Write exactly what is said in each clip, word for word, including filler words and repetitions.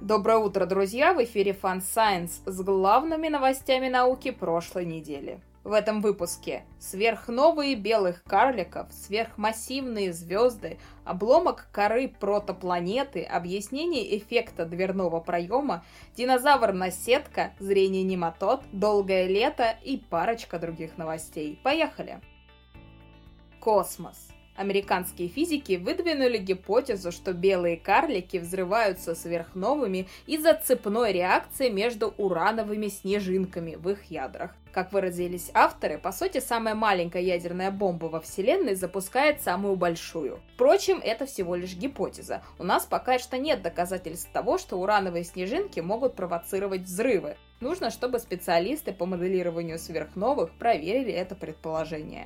Доброе утро, друзья! В эфире Fun Science с главными новостями науки прошлой недели. В этом выпуске сверхновые белых карликов, сверхмассивные звезды, обломок коры протопланеты, объяснение эффекта дверного проема, динозавр-наседка, зрение нематод, долгое лето и парочка других новостей. Поехали! Космос. Американские физики выдвинули гипотезу, что белые карлики взрываются сверхновыми из-за цепной реакции между урановыми снежинками в их ядрах. Как выразились авторы, по сути, самая маленькая ядерная бомба во Вселенной запускает самую большую. Впрочем, это всего лишь гипотеза. У нас пока что нет доказательств того, что урановые снежинки могут провоцировать взрывы. Нужно, чтобы специалисты по моделированию сверхновых проверили это предположение.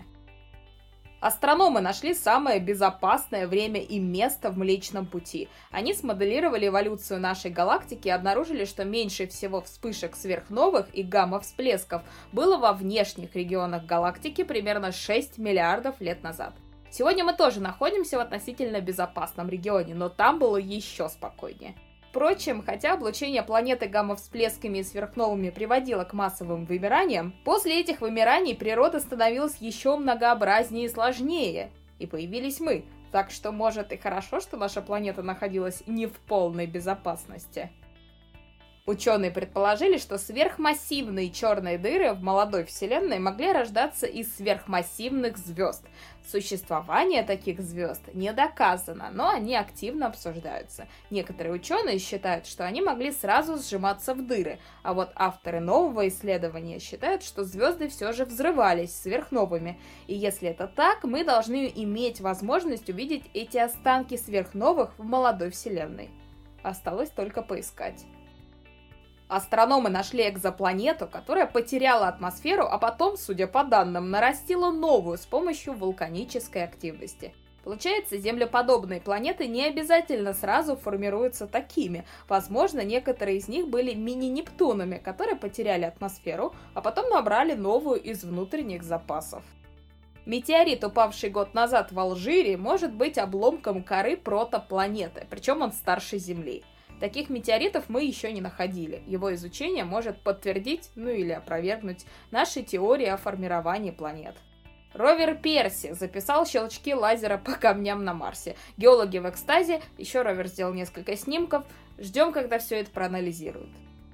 Астрономы нашли самое безопасное время и место в Млечном Пути. Они смоделировали эволюцию нашей галактики и обнаружили, что меньше всего вспышек сверхновых и гамма-всплесков было во внешних регионах галактики примерно шесть миллиардов лет назад. Сегодня мы тоже находимся в относительно безопасном регионе, но там было еще спокойнее. Впрочем, хотя облучение планеты гамма-всплесками и сверхновыми приводило к массовым вымираниям, после этих вымираний природа становилась еще многообразнее и сложнее, и появились мы, так что, может, и хорошо, что наша планета находилась не в полной безопасности. Ученые предположили, что сверхмассивные черные дыры в молодой Вселенной могли рождаться из сверхмассивных звезд. Существование таких звезд не доказано, но они активно обсуждаются. Некоторые ученые считают, что они могли сразу сжиматься в дыры, а вот авторы нового исследования считают, что звезды все же взрывались сверхновыми. И если это так, мы должны иметь возможность увидеть эти останки сверхновых в молодой Вселенной. Осталось только поискать. Астрономы нашли экзопланету, которая потеряла атмосферу, а потом, судя по данным, нарастила новую с помощью вулканической активности. Получается, землеподобные планеты не обязательно сразу формируются такими. Возможно, некоторые из них были мини-Нептунами, которые потеряли атмосферу, а потом набрали новую из внутренних запасов. Метеорит, упавший год назад в Алжире, может быть обломком коры протопланеты, причем он старше Земли. Таких метеоритов мы еще не находили. Его изучение может подтвердить, ну или опровергнуть, наши теории о формировании планет. Ровер Перси записал щелчки лазера по камням на Марсе. Геологи в экстазе, еще ровер сделал несколько снимков. Ждем, когда все это проанализируют.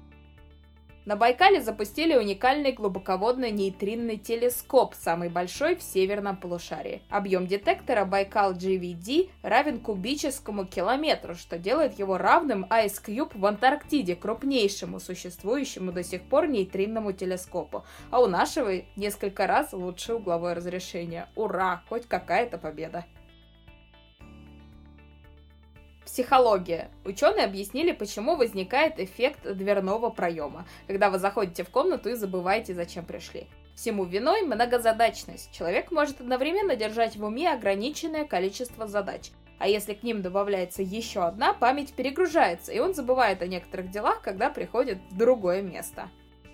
На Байкале запустили уникальный глубоководный нейтринный телескоп, самый большой в северном полушарии. Объем детектора Байкал джи ви ди равен кубическому километру, что делает его равным Ice Cube в Антарктиде, крупнейшему существующему до сих пор нейтринному телескопу. А у нашего несколько раз лучше угловое разрешение. Ура! Хоть какая-то победа! Психология. Ученые объяснили, почему возникает эффект дверного проема, когда вы заходите в комнату и забываете, зачем пришли. Всему виной многозадачность. Человек может одновременно держать в уме ограниченное количество задач. А если к ним добавляется еще одна, память перегружается, и он забывает о некоторых делах, когда приходит в другое место.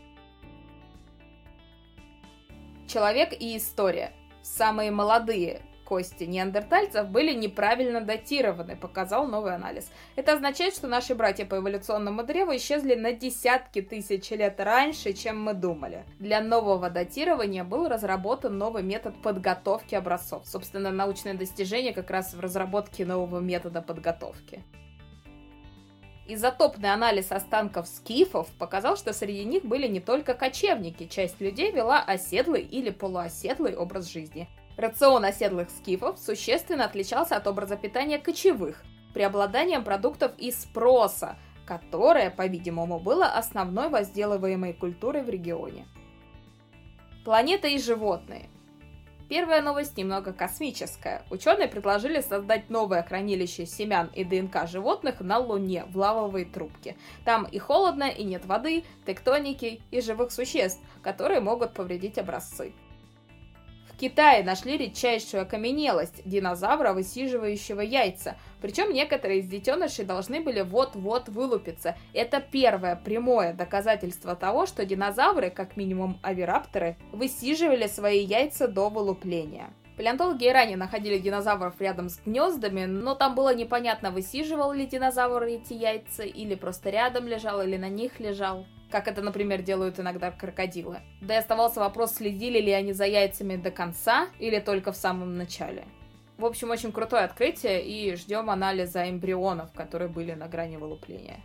Человек и история. Самые молодые кости неандертальцев были неправильно датированы, показал новый анализ. Это означает, что наши братья по эволюционному древу исчезли на десятки тысяч лет раньше, чем мы думали. Для нового датирования был разработан новый метод подготовки образцов. Собственно, научное достижение как раз в разработке нового метода подготовки. Изотопный анализ останков скифов показал, что среди них были не только кочевники, часть людей вела оседлый или полуоседлый образ жизни. Рацион оседлых скифов существенно отличался от образа питания кочевых, преобладанием продуктов из спроса, которое, по-видимому, было основной возделываемой культурой в регионе. Планета и животные. Первая новость немного космическая. Ученые предложили создать новое хранилище семян и ДНК животных на Луне в лавовой трубке. Там и холодно, и нет воды, тектоники и живых существ, которые могут повредить образцы. В Китае нашли редчайшую окаменелость динозавра, высиживающего яйца. Причем некоторые из детенышей должны были вот-вот вылупиться. Это первое прямое доказательство того, что динозавры, как минимум овирапторы, высиживали свои яйца до вылупления. Палеонтологи и ранее находили динозавров рядом с гнездами, но там было непонятно, высиживал ли динозавр эти яйца, или просто рядом лежал, или на них лежал, как это, например, делают иногда крокодилы. Да и оставался вопрос, следили ли они за яйцами до конца, или только в самом начале. В общем, очень крутое открытие, и ждем анализа эмбрионов, которые были на грани вылупления.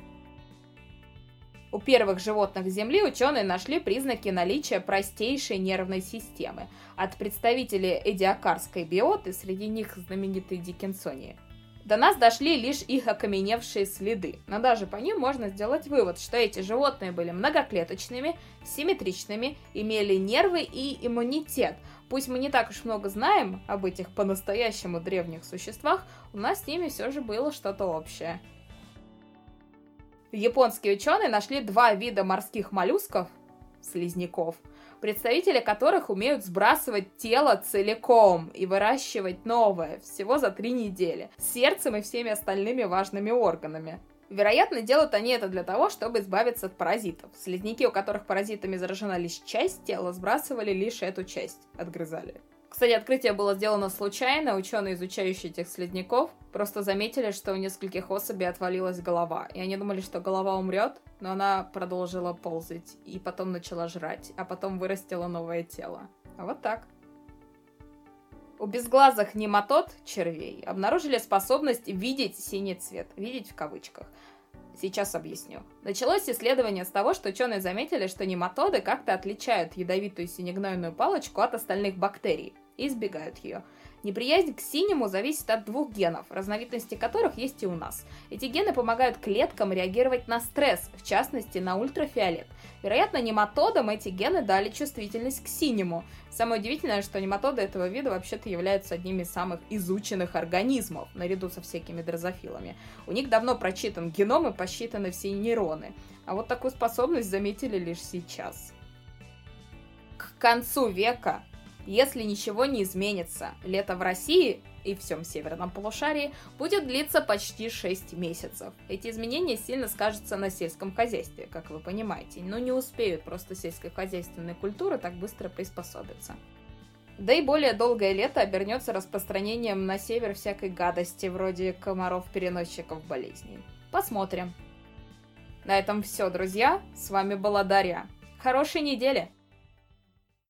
У первых животных Земли ученые нашли признаки наличия простейшей нервной системы. От представителей эдиакарской биоты, среди них знаменитые дикинсонии, до нас дошли лишь их окаменевшие следы. Но даже по ним можно сделать вывод, что эти животные были многоклеточными, симметричными, имели нервы и иммунитет. Пусть мы не так уж много знаем об этих по-настоящему древних существах, у нас с ними все же было что-то общее. Японские ученые нашли два вида морских моллюсков, слизняков, представители которых умеют сбрасывать тело целиком и выращивать новое всего за три недели, с сердцем и всеми остальными важными органами. Вероятно, делают они это для того, чтобы избавиться от паразитов. Слизняки, у которых паразитами заражена лишь часть тела, сбрасывали лишь эту часть, отгрызали. Кстати, открытие было сделано случайно. Ученые, изучающие этих слизняков, просто заметили, что у нескольких особей отвалилась голова. И они думали, что голова умрет, но она продолжила ползать. И потом начала жрать, а потом вырастила новое тело. А вот так. У безглазых нематод, червей, обнаружили способность видеть синий цвет. Видеть в кавычках. Сейчас объясню. Началось исследование с того, что ученые заметили, что нематоды как-то отличают ядовитую синегнойную палочку от остальных бактерий и избегают ее. Неприязнь к синему зависит от двух генов, разновидности которых есть и у нас. Эти гены помогают клеткам реагировать на стресс, в частности на ультрафиолет. Вероятно, нематодам эти гены дали чувствительность к синему. Самое удивительное, что нематоды этого вида вообще-то являются одними из самых изученных организмов, наряду со всякими дрозофилами. У них давно прочитан геном и посчитаны все нейроны. А вот такую способность заметили лишь сейчас. К концу века, если ничего не изменится, лето в России и всем северном полушарии будет длиться почти шесть месяцев. Эти изменения сильно скажутся на сельском хозяйстве, как вы понимаете, но не успеют просто сельскохозяйственные культуры так быстро приспособиться. Да и более долгое лето обернется распространением на север всякой гадости, вроде комаров-переносчиков болезней. Посмотрим. На этом все, друзья. С вами была Дарья. Хорошей недели!